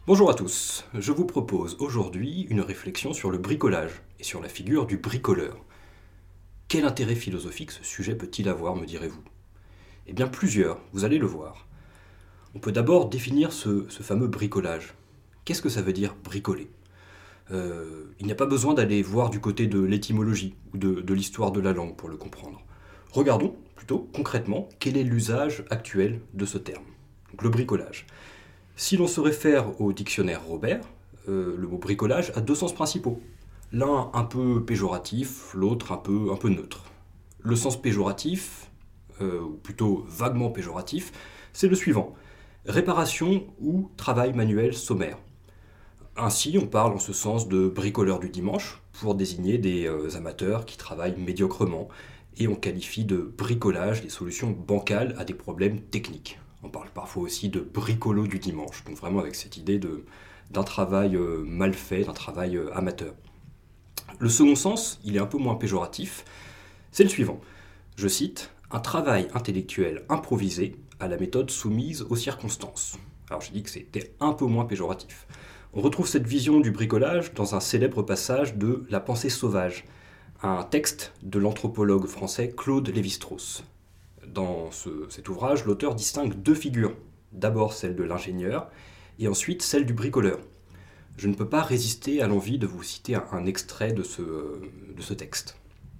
Bonjour à tous, je vous propose aujourd'hui une réflexion sur le bricolage et sur la figure du bricoleur. Quel intérêt philosophique ce sujet peut-il avoir, me direz-vous? Eh bien plusieurs, vous allez le voir. On peut d'abord définir ce fameux bricolage. Qu'est-ce que ça veut dire bricoler? Il n'y a pas besoin d'aller voir du côté de l'étymologie ou de l'histoire de la langue pour le comprendre. Regardons plutôt concrètement quel est l'usage actuel de ce terme. Donc, le bricolage. Si l'on se réfère au dictionnaire Robert, le mot bricolage a deux sens principaux. L'un un peu péjoratif, l'autre un peu neutre. Le sens péjoratif, ou plutôt vaguement péjoratif, c'est le suivant. Réparation ou travail manuel sommaire. Ainsi, on parle en ce sens de bricoleur du dimanche pour désigner des amateurs qui travaillent médiocrement, et on qualifie de bricolage les solutions bancales à des problèmes techniques. On parle parfois aussi de bricolo du dimanche, donc vraiment avec cette idée d'un travail mal fait, d'un travail amateur. Le second sens, il est un peu moins péjoratif, c'est le suivant. Je cite, un travail intellectuel improvisé à la méthode soumise aux circonstances. Alors j'ai dit que c'était un peu moins péjoratif. On retrouve cette vision du bricolage dans un célèbre passage de La pensée sauvage, un texte de l'anthropologue français Claude Lévi-Strauss. Dans cet ouvrage, l'auteur distingue deux figures. D'abord celle de l'ingénieur et ensuite celle du bricoleur. Je ne peux pas résister à l'envie de vous citer un extrait de ce texte.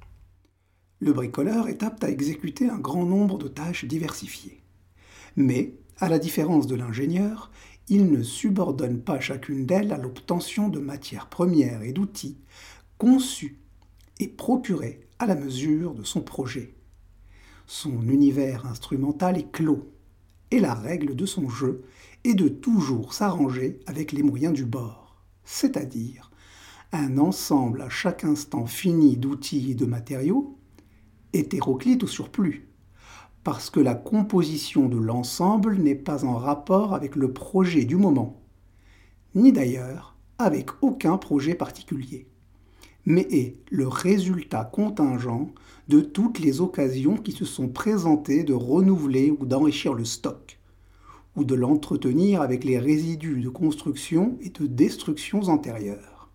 Le bricoleur est apte à exécuter un grand nombre de tâches diversifiées. Mais, à la différence de l'ingénieur, il ne subordonne pas chacune d'elles à l'obtention de matières premières et d'outils conçus et procurés à la mesure de son projet. Son univers instrumental est clos, et la règle de son jeu est de toujours s'arranger avec les moyens du bord, c'est-à-dire un ensemble à chaque instant fini d'outils et de matériaux, hétéroclite au surplus, parce que la composition de l'ensemble n'est pas en rapport avec le projet du moment, ni d'ailleurs avec aucun projet particulier, mais est le résultat contingent de toutes les occasions qui se sont présentées de renouveler ou d'enrichir le stock, ou de l'entretenir avec les résidus de construction et de destructions antérieures.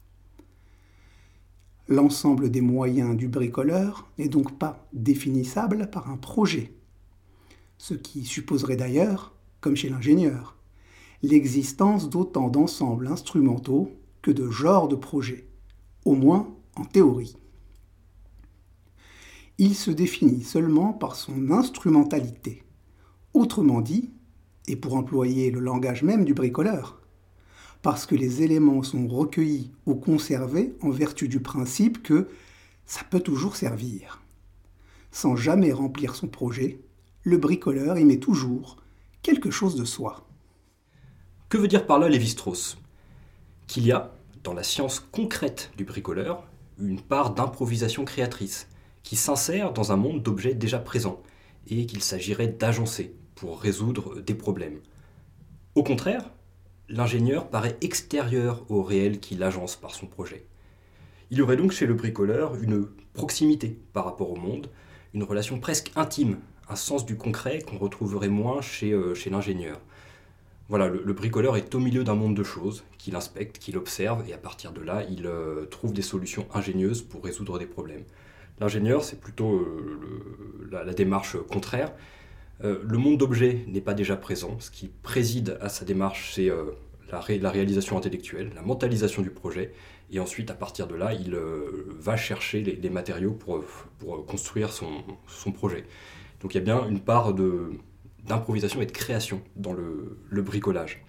L'ensemble des moyens du bricoleur n'est donc pas définissable par un projet, ce qui supposerait d'ailleurs, comme chez l'ingénieur, l'existence d'autant d'ensembles instrumentaux que de genres de projets, au moins en théorie. Il se définit seulement par son instrumentalité, autrement dit, et pour employer le langage même du bricoleur, parce que les éléments sont recueillis ou conservés en vertu du principe que ça peut toujours servir. Sans jamais remplir son projet, le bricoleur y met toujours quelque chose de soi. Que veut dire par là Lévi-Strauss? Qu'il y a, dans la science concrète du bricoleur, une part d'improvisation créatrice, qui s'insère dans un monde d'objets déjà présents, et qu'il s'agirait d'agencer pour résoudre des problèmes. Au contraire, l'ingénieur paraît extérieur au réel qu'il agence par son projet. Il y aurait donc chez le bricoleur une proximité par rapport au monde, une relation presque intime, un sens du concret qu'on retrouverait moins chez l'ingénieur. Voilà, le bricoleur est au milieu d'un monde de choses, qu'il inspecte, qu'il observe, et à partir de là, il trouve des solutions ingénieuses pour résoudre des problèmes. L'ingénieur, c'est plutôt la démarche contraire. Le monde d'objets n'est pas déjà présent. Ce qui préside à sa démarche, c'est la réalisation intellectuelle, la mentalisation du projet, et ensuite, à partir de là, il va chercher les matériaux pour construire son projet. Donc il y a bien une part d'improvisation et de création dans le bricolage.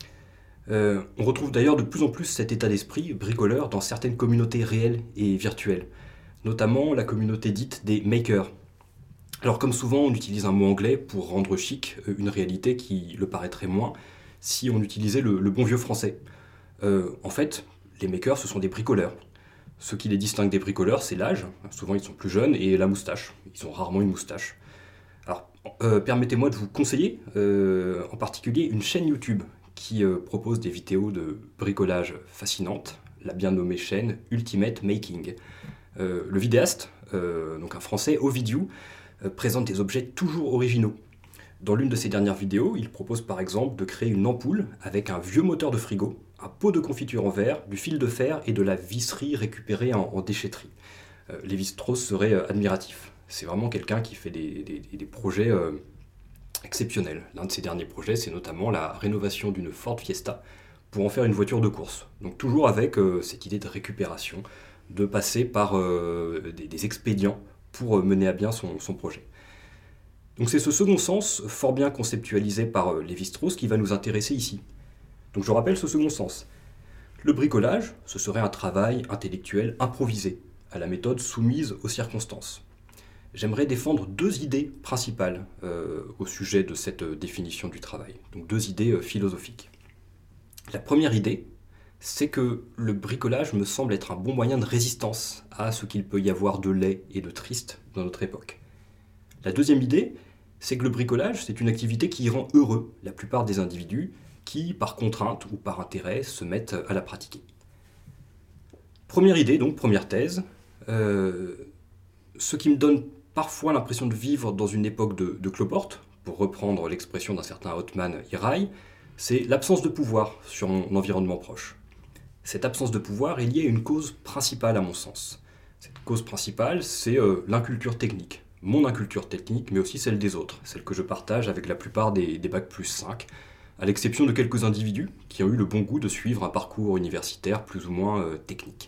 On retrouve d'ailleurs de plus en plus cet état d'esprit bricoleur dans certaines communautés réelles et virtuelles, notamment la communauté dite des makers. Alors comme souvent on utilise un mot anglais pour rendre chic une réalité qui le paraîtrait moins si on utilisait le bon vieux français. En fait, les makers ce sont des bricoleurs. Ce qui les distingue des bricoleurs, c'est l'âge, souvent ils sont plus jeunes, et la moustache. Ils ont rarement une moustache. Alors, permettez-moi de vous conseiller en particulier une chaîne YouTube qui propose des vidéos de bricolage fascinantes, la bien nommée chaîne Ultimate Making. Le vidéaste, donc un français, Ovidiu, présente des objets toujours originaux. Dans l'une de ses dernières vidéos, il propose par exemple de créer une ampoule avec un vieux moteur de frigo, un pot de confiture en verre, du fil de fer et de la visserie récupérée en déchetterie. Lévi-Strauss serait admiratif. C'est vraiment quelqu'un qui fait des projets exceptionnels. L'un de ses derniers projets, c'est notamment la rénovation d'une Ford Fiesta pour en faire une voiture de course. Donc toujours avec cette idée de récupération, de passer par des expédients pour mener à bien son projet. Donc c'est ce second sens, fort bien conceptualisé par Lévi-Strauss, qui va nous intéresser ici. Donc je rappelle ce second sens. Le bricolage, ce serait un travail intellectuel improvisé, à la méthode soumise aux circonstances. J'aimerais défendre deux idées principales au sujet de cette définition du travail, donc deux idées philosophiques. La première idée, c'est que le bricolage me semble être un bon moyen de résistance à ce qu'il peut y avoir de laid et de triste dans notre époque. La deuxième idée, c'est que le bricolage, c'est une activité qui rend heureux la plupart des individus qui, par contrainte ou par intérêt, se mettent à la pratiquer. Première idée, donc première thèse, ce qui me donne parfois l'impression de vivre dans une époque de cloporte, pour reprendre l'expression d'un certain Othman Iraï, c'est l'absence de pouvoir sur mon environnement proche. Cette absence de pouvoir est liée à une cause principale à mon sens. Cette cause principale, c'est l'inculture technique. Mon inculture technique, mais aussi celle des autres, celle que je partage avec la plupart des Bac plus 5, à l'exception de quelques individus qui ont eu le bon goût de suivre un parcours universitaire plus ou moins technique.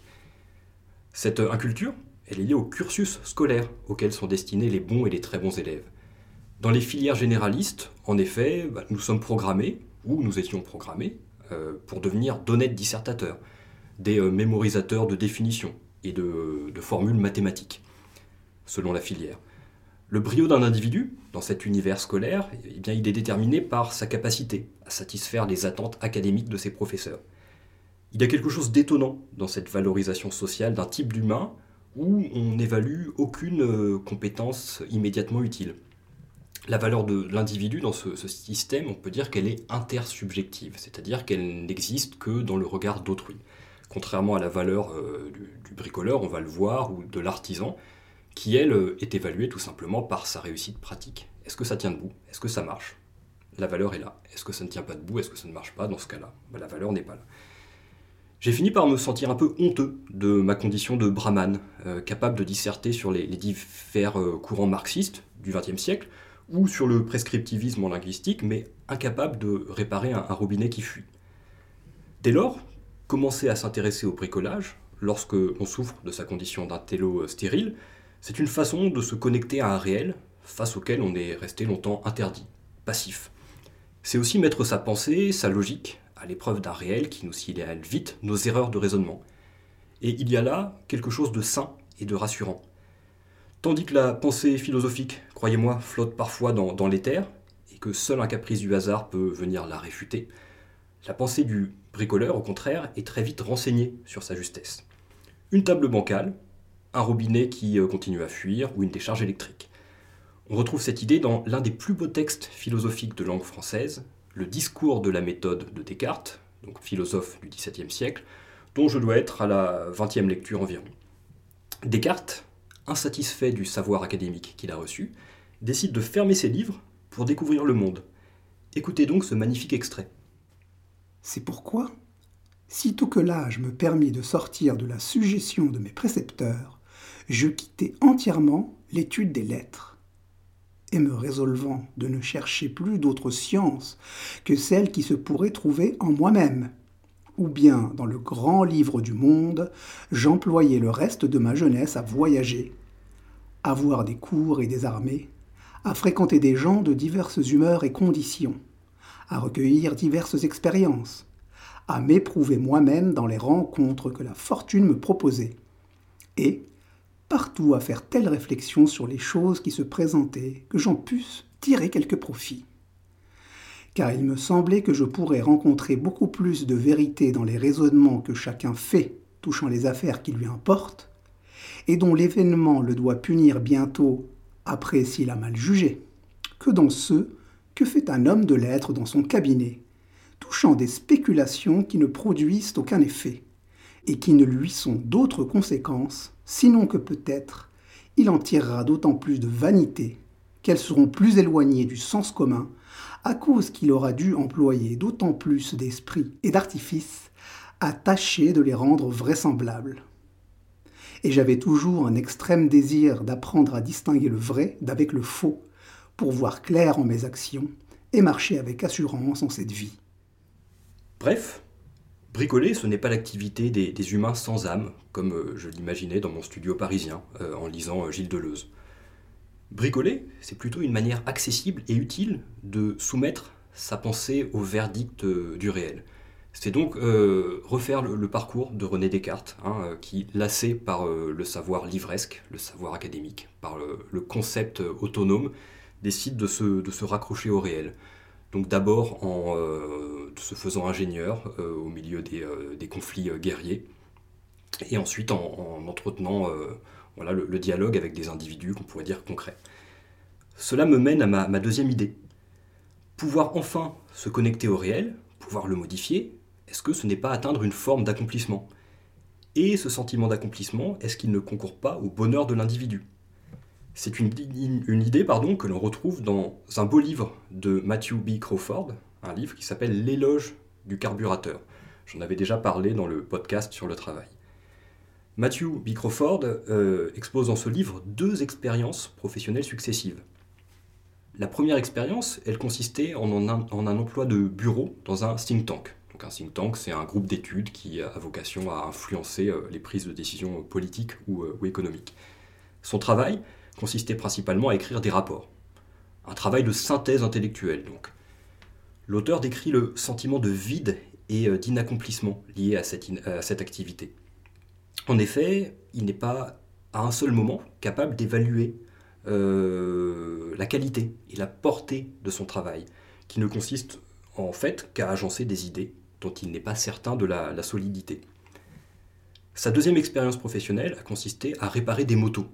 Cette inculture, elle est liée au cursus scolaire auquel sont destinés les bons et les très bons élèves. Dans les filières généralistes, en effet, nous sommes programmés, ou nous étions programmés, pour devenir d'honnêtes dissertateurs, des mémorisateurs de définitions et de formules mathématiques, selon la filière. Le brio d'un individu, dans cet univers scolaire, eh bien, il est déterminé par sa capacité à satisfaire les attentes académiques de ses professeurs. Il y a quelque chose d'étonnant dans cette valorisation sociale d'un type d'humain où on n'évalue aucune compétence immédiatement utile. La valeur de l'individu dans ce système, on peut dire qu'elle est intersubjective, c'est-à-dire qu'elle n'existe que dans le regard d'autrui. Contrairement à la valeur du bricoleur, on va le voir, ou de l'artisan, qui, elle, est évaluée tout simplement par sa réussite pratique. Est-ce que ça tient debout? Est-ce que ça marche? La valeur est là. Est-ce que ça ne tient pas debout? Est-ce que ça ne marche pas? Dans ce cas-là, la valeur n'est pas là. J'ai fini par me sentir un peu honteux de ma condition de brahman, capable de disserter sur les divers courants marxistes du XXe siècle, ou sur le prescriptivisme en linguistique, mais incapable de réparer un robinet qui fuit. Dès lors, commencer à s'intéresser au bricolage, lorsque l'on souffre de sa condition d'intello stérile, c'est une façon de se connecter à un réel face auquel on est resté longtemps interdit, passif. C'est aussi mettre sa pensée, sa logique, à l'épreuve d'un réel qui nous signale vite nos erreurs de raisonnement. Et il y a là quelque chose de sain et de rassurant. Tandis que la pensée philosophique, croyez-moi, flotte parfois dans l'éther, et que seul un caprice du hasard peut venir la réfuter, la pensée du bricoleur, au contraire, est très vite renseignée sur sa justesse. Une table bancale, un robinet qui continue à fuir, ou une décharge électrique. On retrouve cette idée dans l'un des plus beaux textes philosophiques de langue française, le discours de la méthode de Descartes, donc philosophe du XVIIe siècle, dont je dois être à la 20e lecture environ. Descartes, insatisfait du savoir académique qu'il a reçu, décide de fermer ses livres pour découvrir le monde. Écoutez donc ce magnifique extrait. C'est pourquoi, sitôt que l'âge me permit de sortir de la suggestion de mes précepteurs, je quittai entièrement l'étude des lettres, et me résolvant de ne chercher plus d'autres sciences que celles qui se pourraient trouver en moi-même, ou bien dans le grand livre du monde, j'employai le reste de ma jeunesse à voyager, à voir des cours et des armées, à fréquenter des gens de diverses humeurs et conditions, à recueillir diverses expériences, à m'éprouver moi-même dans les rencontres que la fortune me proposait, et partout à faire telle réflexion sur les choses qui se présentaient que j'en pusse tirer quelque profit. Car il me semblait que je pourrais rencontrer beaucoup plus de vérité dans les raisonnements que chacun fait touchant les affaires qui lui importent, et dont l'événement le doit punir bientôt après s'il a mal jugé, que dans ceux que fait un homme de lettres dans son cabinet, touchant des spéculations qui ne produisent aucun effet, et qui ne lui sont d'autres conséquences, sinon que peut-être il en tirera d'autant plus de vanité qu'elles seront plus éloignées du sens commun à cause qu'il aura dû employer d'autant plus d'esprit et d'artifice à tâcher de les rendre vraisemblables. Et j'avais toujours un extrême désir d'apprendre à distinguer le vrai d'avec le faux, pour voir clair en mes actions et marcher avec assurance en cette vie. Bref, bricoler, ce n'est pas l'activité des humains sans âme, comme je l'imaginais dans mon studio parisien, en lisant Gilles Deleuze. Bricoler, c'est plutôt une manière accessible et utile de soumettre sa pensée au verdict du réel. C'est donc refaire le parcours de René Descartes, qui, lassé par le savoir livresque, le savoir académique, par le concept autonome, décide de se raccrocher au réel. Donc d'abord en se faisant ingénieur au milieu des conflits guerriers, et ensuite en entretenant le dialogue avec des individus qu'on pourrait dire concrets. Cela me mène à ma deuxième idée. Pouvoir enfin se connecter au réel, pouvoir le modifier, est-ce que ce n'est pas atteindre une forme d'accomplissement ? Et ce sentiment d'accomplissement, est-ce qu'il ne concourt pas au bonheur de l'individu ? C'est une idée que l'on retrouve dans un beau livre de Matthew B. Crawford, un livre qui s'appelle L'éloge du carburateur. J'en avais déjà parlé dans le podcast sur le travail. Matthew B. Crawford expose dans ce livre 2 expériences professionnelles successives. La première expérience, elle consistait en un emploi de bureau dans un think tank. Donc un think tank, c'est un groupe d'études qui a vocation à influencer les prises de décision politiques ou économiques. Son travail consistait principalement à écrire des rapports. Un travail de synthèse intellectuelle, donc. L'auteur décrit le sentiment de vide et d'inaccomplissement lié à cette activité. En effet, il n'est pas à un seul moment capable d'évaluer la qualité et la portée de son travail, qui ne consiste en fait qu'à agencer des idées dont il n'est pas certain de la solidité. Sa deuxième expérience professionnelle a consisté à réparer des motos.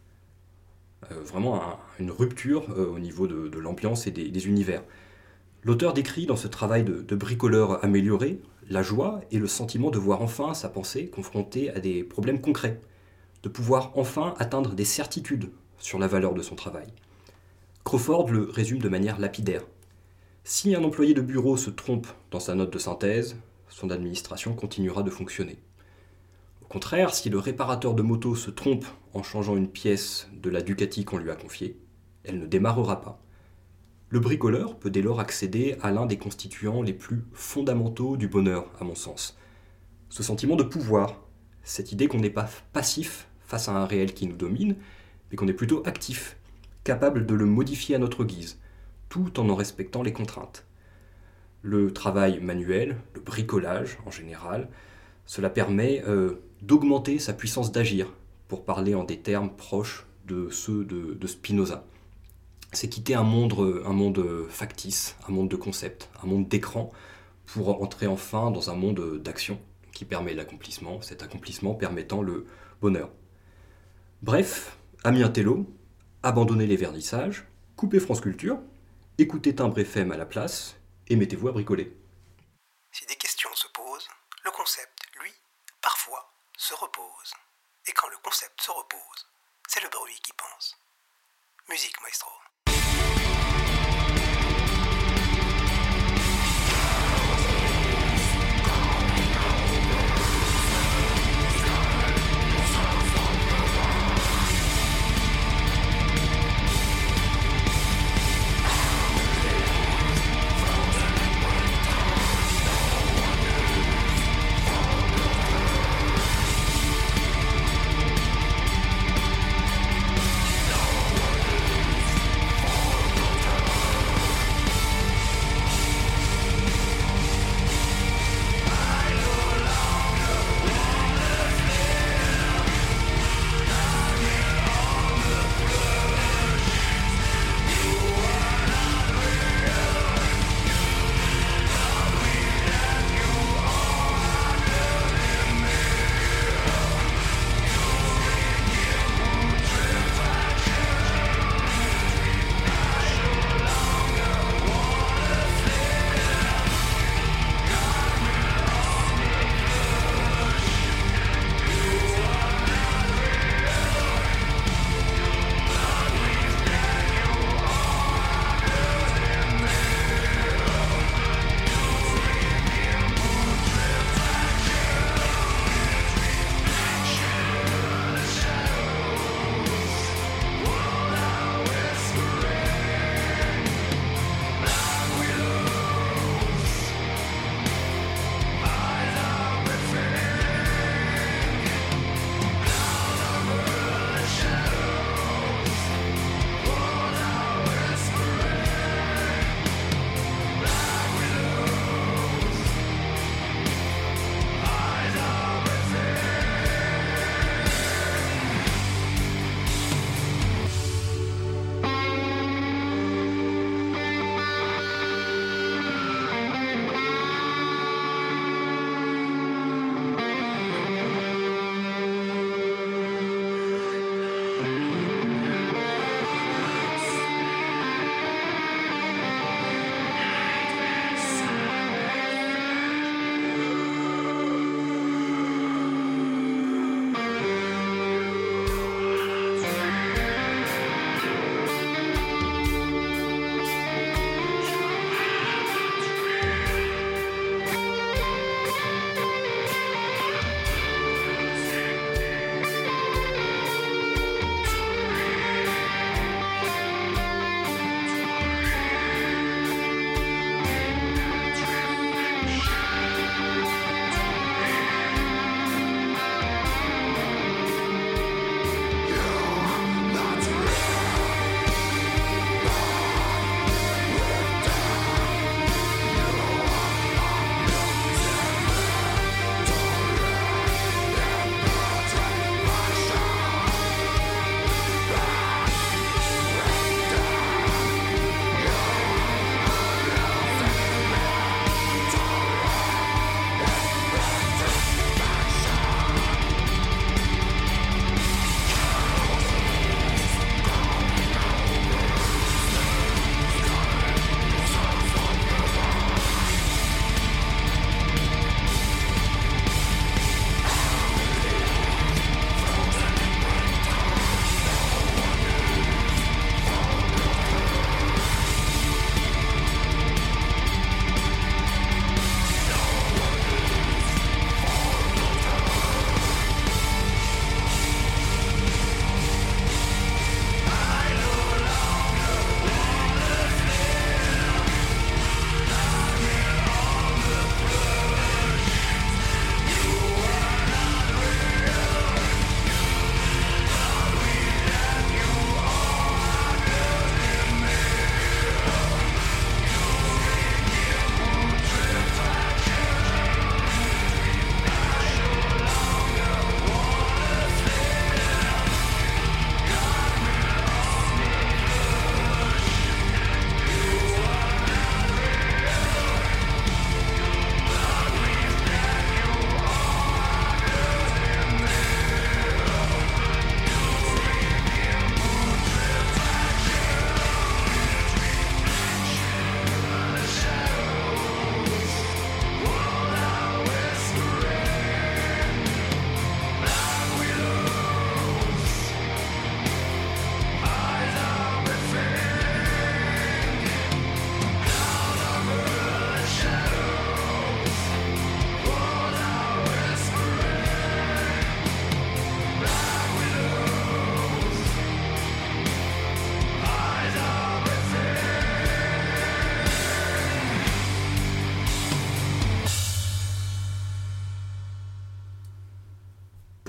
Vraiment une rupture au niveau de l'ambiance et des univers. L'auteur décrit dans ce travail de bricoleur amélioré la joie et le sentiment de voir enfin sa pensée confrontée à des problèmes concrets, de pouvoir enfin atteindre des certitudes sur la valeur de son travail. Crawford le résume de manière lapidaire. Si un employé de bureau se trompe dans sa note de synthèse, son administration continuera de fonctionner. Au contraire, si le réparateur de moto se trompe en changeant une pièce de la Ducati qu'on lui a confiée, elle ne démarrera pas. Le bricoleur peut dès lors accéder à l'un des constituants les plus fondamentaux du bonheur, à mon sens. Ce sentiment de pouvoir, cette idée qu'on n'est pas passif face à un réel qui nous domine, mais qu'on est plutôt actif, capable de le modifier à notre guise, tout en respectant les contraintes. Le travail manuel, le bricolage en général, cela permet d'augmenter sa puissance d'agir, pour parler en des termes proches de ceux de Spinoza. C'est quitter un monde factice, un monde de concepts, un monde d'écran, pour entrer enfin dans un monde d'action qui permet l'accomplissement, cet accomplissement permettant le bonheur. Bref, amis intello, abandonnez les vernissages, coupez France Culture, écoutez Timbre FM à la place et mettez-vous à bricoler. Si des questions se posent, le concept, lui, parfois, se repose. Et quand le concept se repose, c'est le bruit qui pense. Musique, maestro.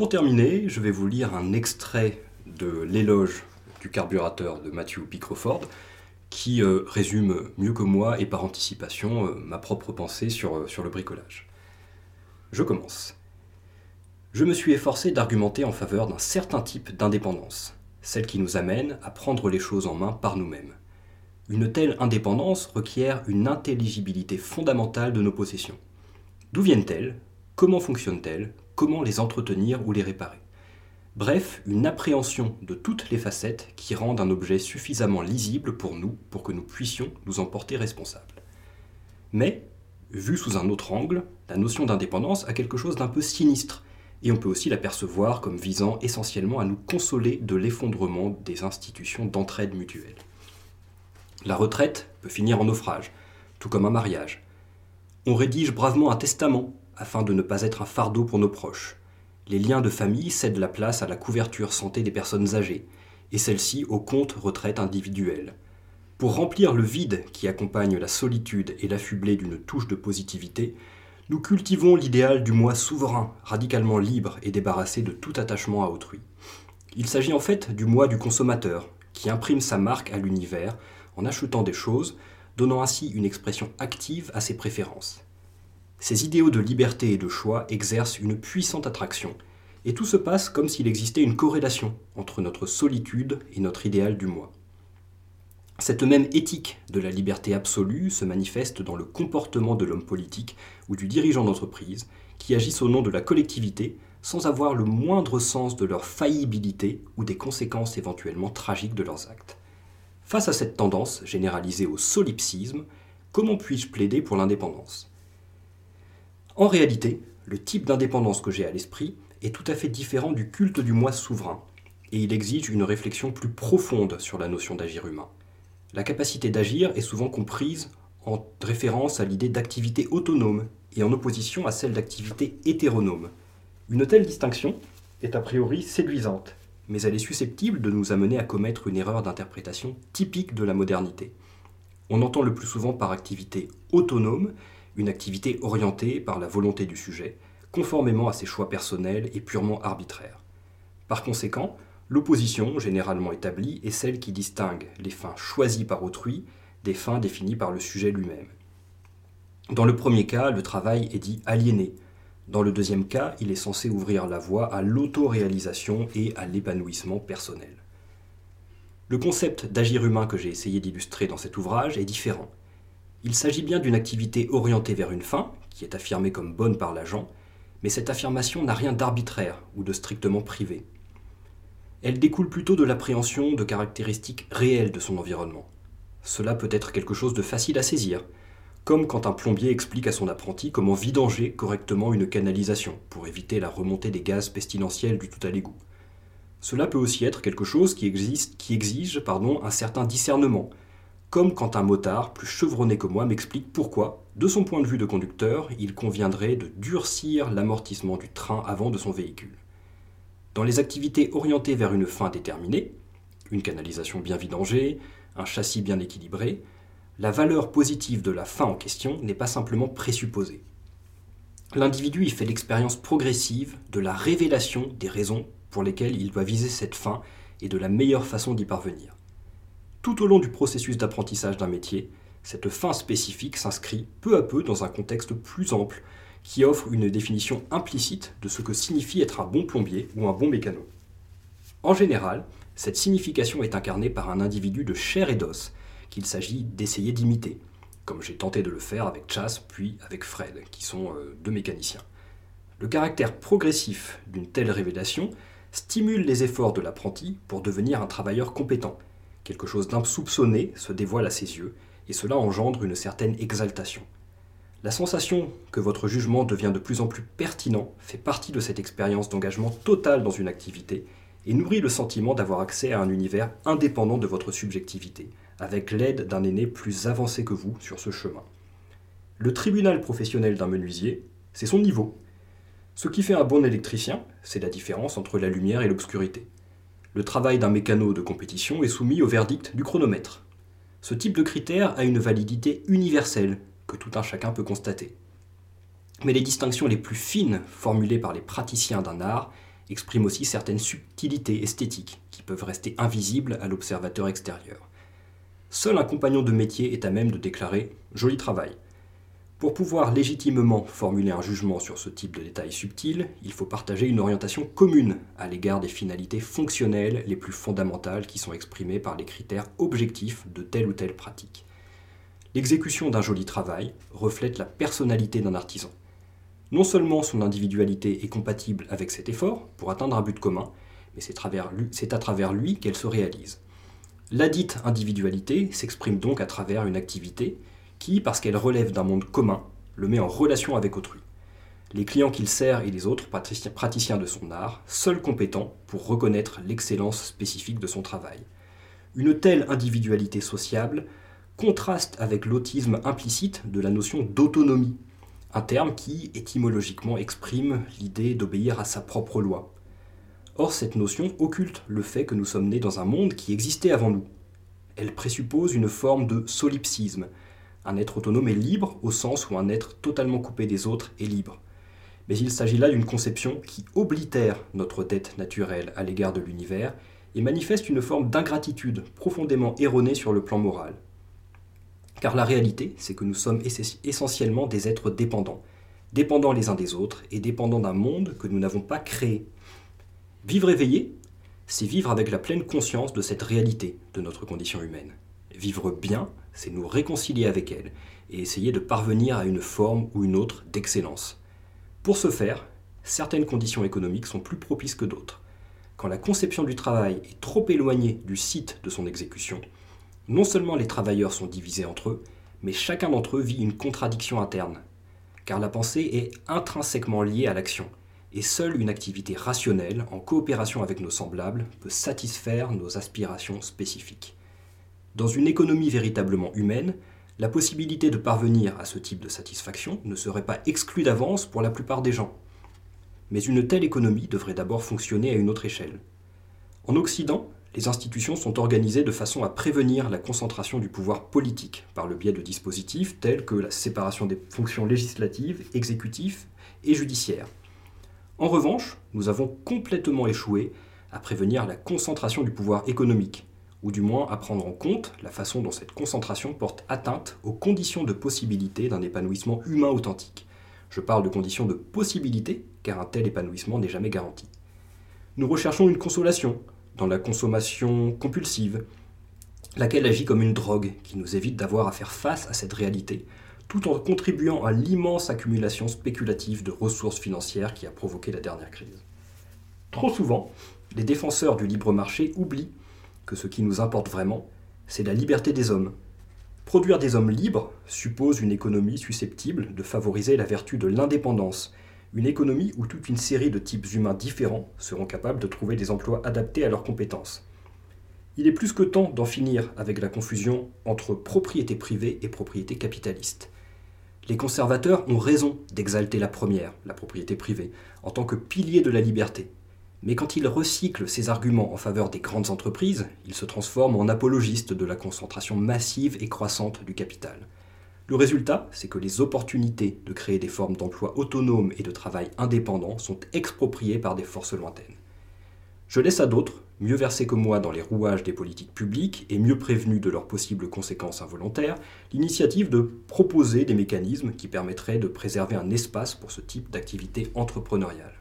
Pour terminer, je vais vous lire un extrait de l'éloge du carburateur de Matthew Pickroford, qui résume mieux que moi et par anticipation ma propre pensée sur le bricolage. Je commence. Je me suis efforcé d'argumenter en faveur d'un certain type d'indépendance, celle qui nous amène à prendre les choses en main par nous-mêmes. Une telle indépendance requiert une intelligibilité fondamentale de nos possessions. D'où viennent-elles ? Comment fonctionnent-elles ? Comment les entretenir ou les réparer ? Bref, une appréhension de toutes les facettes qui rendent un objet suffisamment lisible pour nous pour que nous puissions nous en porter responsables. Mais, vue sous un autre angle, la notion d'indépendance a quelque chose d'un peu sinistre, et on peut aussi la percevoir comme visant essentiellement à nous consoler de l'effondrement des institutions d'entraide mutuelle. La retraite peut finir en naufrage, tout comme un mariage. On rédige bravement un testament afin de ne pas être un fardeau pour nos proches. Les liens de famille cèdent la place à la couverture santé des personnes âgées, et celle-ci au compte retraite individuelle. Pour remplir le vide qui accompagne la solitude et l'affubler d'une touche de positivité, nous cultivons l'idéal du moi souverain, radicalement libre et débarrassé de tout attachement à autrui. Il s'agit en fait du moi du consommateur, qui imprime sa marque à l'univers en achetant des choses, donnant ainsi une expression active à ses préférences. Ces idéaux de liberté et de choix exercent une puissante attraction, et tout se passe comme s'il existait une corrélation entre notre solitude et notre idéal du moi. Cette même éthique de la liberté absolue se manifeste dans le comportement de l'homme politique ou du dirigeant d'entreprise qui agissent au nom de la collectivité sans avoir le moindre sens de leur faillibilité ou des conséquences éventuellement tragiques de leurs actes. Face à cette tendance généralisée au solipsisme, comment puis-je plaider pour l'indépendance ? En réalité, le type d'indépendance que j'ai à l'esprit est tout à fait différent du culte du moi souverain, et il exige une réflexion plus profonde sur la notion d'agir humain. La capacité d'agir est souvent comprise en référence à l'idée d'activité autonome et en opposition à celle d'activité hétéronome. Une telle distinction est a priori séduisante, mais elle est susceptible de nous amener à commettre une erreur d'interprétation typique de la modernité. On entend le plus souvent par activité autonome une activité orientée par la volonté du sujet, conformément à ses choix personnels et purement arbitraires. Par conséquent, l'opposition généralement établie est celle qui distingue les fins choisies par autrui des fins définies par le sujet lui-même. Dans le premier cas, le travail est dit aliéné. Dans le deuxième cas, il est censé ouvrir la voie à l'autoréalisation et à l'épanouissement personnel. Le concept d'agir humain que j'ai essayé d'illustrer dans cet ouvrage est différent. Il s'agit bien d'une activité orientée vers une fin, qui est affirmée comme bonne par l'agent, mais cette affirmation n'a rien d'arbitraire ou de strictement privé. Elle découle plutôt de l'appréhension de caractéristiques réelles de son environnement. Cela peut être quelque chose de facile à saisir, comme quand un plombier explique à son apprenti comment vidanger correctement une canalisation pour éviter la remontée des gaz pestilentiels du tout à l'égout. Cela peut aussi être quelque chose qui exige un certain discernement, comme quand un motard plus chevronné que moi m'explique pourquoi, de son point de vue de conducteur, il conviendrait de durcir l'amortissement du train avant de son véhicule. Dans les activités orientées vers une fin déterminée, une canalisation bien vidangée, un châssis bien équilibré, la valeur positive de la fin en question n'est pas simplement présupposée. L'individu y fait l'expérience progressive de la révélation des raisons pour lesquelles il doit viser cette fin et de la meilleure façon d'y parvenir. Tout au long du processus d'apprentissage d'un métier, cette fin spécifique s'inscrit peu à peu dans un contexte plus ample qui offre une définition implicite de ce que signifie être un bon plombier ou un bon mécano. En général, cette signification est incarnée par un individu de chair et d'os qu'il s'agit d'essayer d'imiter, comme j'ai tenté de le faire avec Chas puis avec Fred, qui sont deux mécaniciens. Le caractère progressif d'une telle révélation stimule les efforts de l'apprenti pour devenir un travailleur compétent. Quelque chose d'insoupçonné se dévoile à ses yeux, et cela engendre une certaine exaltation. La sensation que votre jugement devient de plus en plus pertinent fait partie de cette expérience d'engagement total dans une activité et nourrit le sentiment d'avoir accès à un univers indépendant de votre subjectivité, avec l'aide d'un aîné plus avancé que vous sur ce chemin. Le tribunal professionnel d'un menuisier, c'est son niveau. Ce qui fait un bon électricien, c'est la différence entre la lumière et l'obscurité. Le travail d'un mécano de compétition est soumis au verdict du chronomètre. Ce type de critère a une validité universelle que tout un chacun peut constater. Mais les distinctions les plus fines formulées par les praticiens d'un art exprime aussi certaines subtilités esthétiques qui peuvent rester invisibles à l'observateur extérieur. Seul un compagnon de métier est à même de déclarer « joli travail ». Pour pouvoir légitimement formuler un jugement sur ce type de détails subtils, il faut partager une orientation commune à l'égard des finalités fonctionnelles les plus fondamentales qui sont exprimées par les critères objectifs de telle ou telle pratique. L'exécution d'un joli travail reflète la personnalité d'un artisan. Non seulement son individualité est compatible avec cet effort pour atteindre un but commun, mais c'est à travers lui qu'elle se réalise. La dite individualité s'exprime donc à travers une activité qui, parce qu'elle relève d'un monde commun, le met en relation avec autrui. Les clients qu'il sert et les autres praticiens de son art, seuls compétents pour reconnaître l'excellence spécifique de son travail. Une telle individualité sociable contraste avec l'autisme implicite de la notion d'autonomie, un terme qui, étymologiquement, exprime l'idée d'obéir à sa propre loi. Or, cette notion occulte le fait que nous sommes nés dans un monde qui existait avant nous. Elle présuppose une forme de solipsisme. Un être autonome est libre au sens où un être totalement coupé des autres est libre. Mais il s'agit là d'une conception qui oblitère notre dette naturelle à l'égard de l'univers et manifeste une forme d'ingratitude profondément erronée sur le plan moral. Car la réalité, c'est que nous sommes essentiellement des êtres dépendants, dépendants les uns des autres et dépendants d'un monde que nous n'avons pas créé. Vivre éveillé, c'est vivre avec la pleine conscience de cette réalité de notre condition humaine. Vivre bien, c'est nous réconcilier avec elle et essayer de parvenir à une forme ou une autre d'excellence. Pour ce faire, certaines conditions économiques sont plus propices que d'autres. Quand la conception du travail est trop éloignée du site de son exécution, non seulement les travailleurs sont divisés entre eux, mais chacun d'entre eux vit une contradiction interne. Car la pensée est intrinsèquement liée à l'action, et seule une activité rationnelle, en coopération avec nos semblables, peut satisfaire nos aspirations spécifiques. Dans une économie véritablement humaine, la possibilité de parvenir à ce type de satisfaction ne serait pas exclue d'avance pour la plupart des gens. Mais une telle économie devrait d'abord fonctionner à une autre échelle. En Occident, les institutions sont organisées de façon à prévenir la concentration du pouvoir politique par le biais de dispositifs tels que la séparation des fonctions législatives, exécutives et judiciaires. En revanche, nous avons complètement échoué à prévenir la concentration du pouvoir économique, ou du moins à prendre en compte la façon dont cette concentration porte atteinte aux conditions de possibilité d'un épanouissement humain authentique. Je parle de conditions de possibilité, car un tel épanouissement n'est jamais garanti. Nous recherchons une consolation dans la consommation compulsive, laquelle agit comme une drogue qui nous évite d'avoir à faire face à cette réalité, tout en contribuant à l'immense accumulation spéculative de ressources financières qui a provoqué la dernière crise. Trop souvent, les défenseurs du libre marché oublient que ce qui nous importe vraiment, c'est la liberté des hommes. Produire des hommes libres suppose une économie susceptible de favoriser la vertu de l'indépendance, une économie où toute une série de types humains différents seront capables de trouver des emplois adaptés à leurs compétences. Il est plus que temps d'en finir avec la confusion entre propriété privée et propriété capitaliste. Les conservateurs ont raison d'exalter la première, la propriété privée, en tant que pilier de la liberté. Mais quand ils recyclent ces arguments en faveur des grandes entreprises, ils se transforment en apologistes de la concentration massive et croissante du capital. Le résultat, c'est que les opportunités de créer des formes d'emploi autonomes et de travail indépendants sont expropriées par des forces lointaines. Je laisse à d'autres, mieux versés que moi dans les rouages des politiques publiques et mieux prévenus de leurs possibles conséquences involontaires, l'initiative de proposer des mécanismes qui permettraient de préserver un espace pour ce type d'activité entrepreneuriale.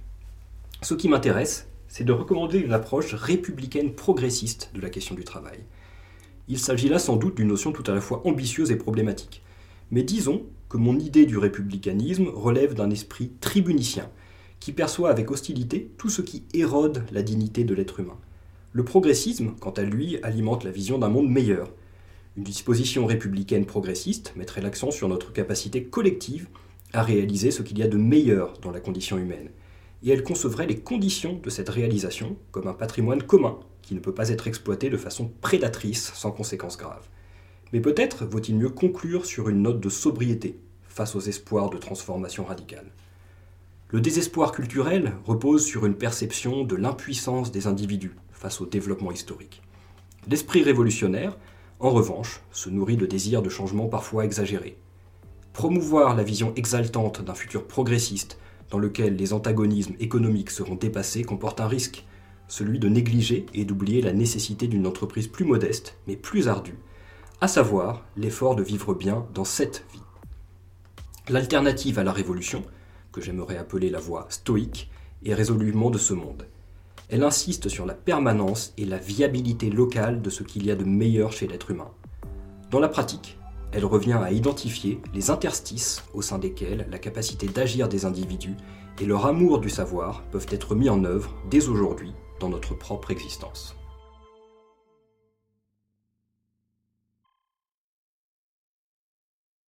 Ce qui m'intéresse, c'est de recommander une approche républicaine progressiste de la question du travail. Il s'agit là sans doute d'une notion tout à la fois ambitieuse et problématique. Mais disons que mon idée du républicanisme relève d'un esprit tribunicien, qui perçoit avec hostilité tout ce qui érode la dignité de l'être humain. Le progressisme, quant à lui, alimente la vision d'un monde meilleur. Une disposition républicaine progressiste mettrait l'accent sur notre capacité collective à réaliser ce qu'il y a de meilleur dans la condition humaine. Et elle concevrait les conditions de cette réalisation comme un patrimoine commun qui ne peut pas être exploité de façon prédatrice sans conséquences graves. Mais peut-être vaut-il mieux conclure sur une note de sobriété face aux espoirs de transformation radicale. Le désespoir culturel repose sur une perception de l'impuissance des individus face au développement historique. L'esprit révolutionnaire, en revanche, se nourrit de désirs de changement parfois exagérés. Promouvoir la vision exaltante d'un futur progressiste dans lequel les antagonismes économiques seront dépassés comporte un risque, celui de négliger et d'oublier la nécessité d'une entreprise plus modeste, mais plus ardue, à savoir l'effort de vivre bien dans cette vie. L'alternative à la révolution, que j'aimerais appeler la voie stoïque, est résolument de ce monde. Elle insiste sur la permanence et la viabilité locale de ce qu'il y a de meilleur chez l'être humain. Dans la pratique, elle revient à identifier les interstices au sein desquels la capacité d'agir des individus et leur amour du savoir peuvent être mis en œuvre dès aujourd'hui dans notre propre existence.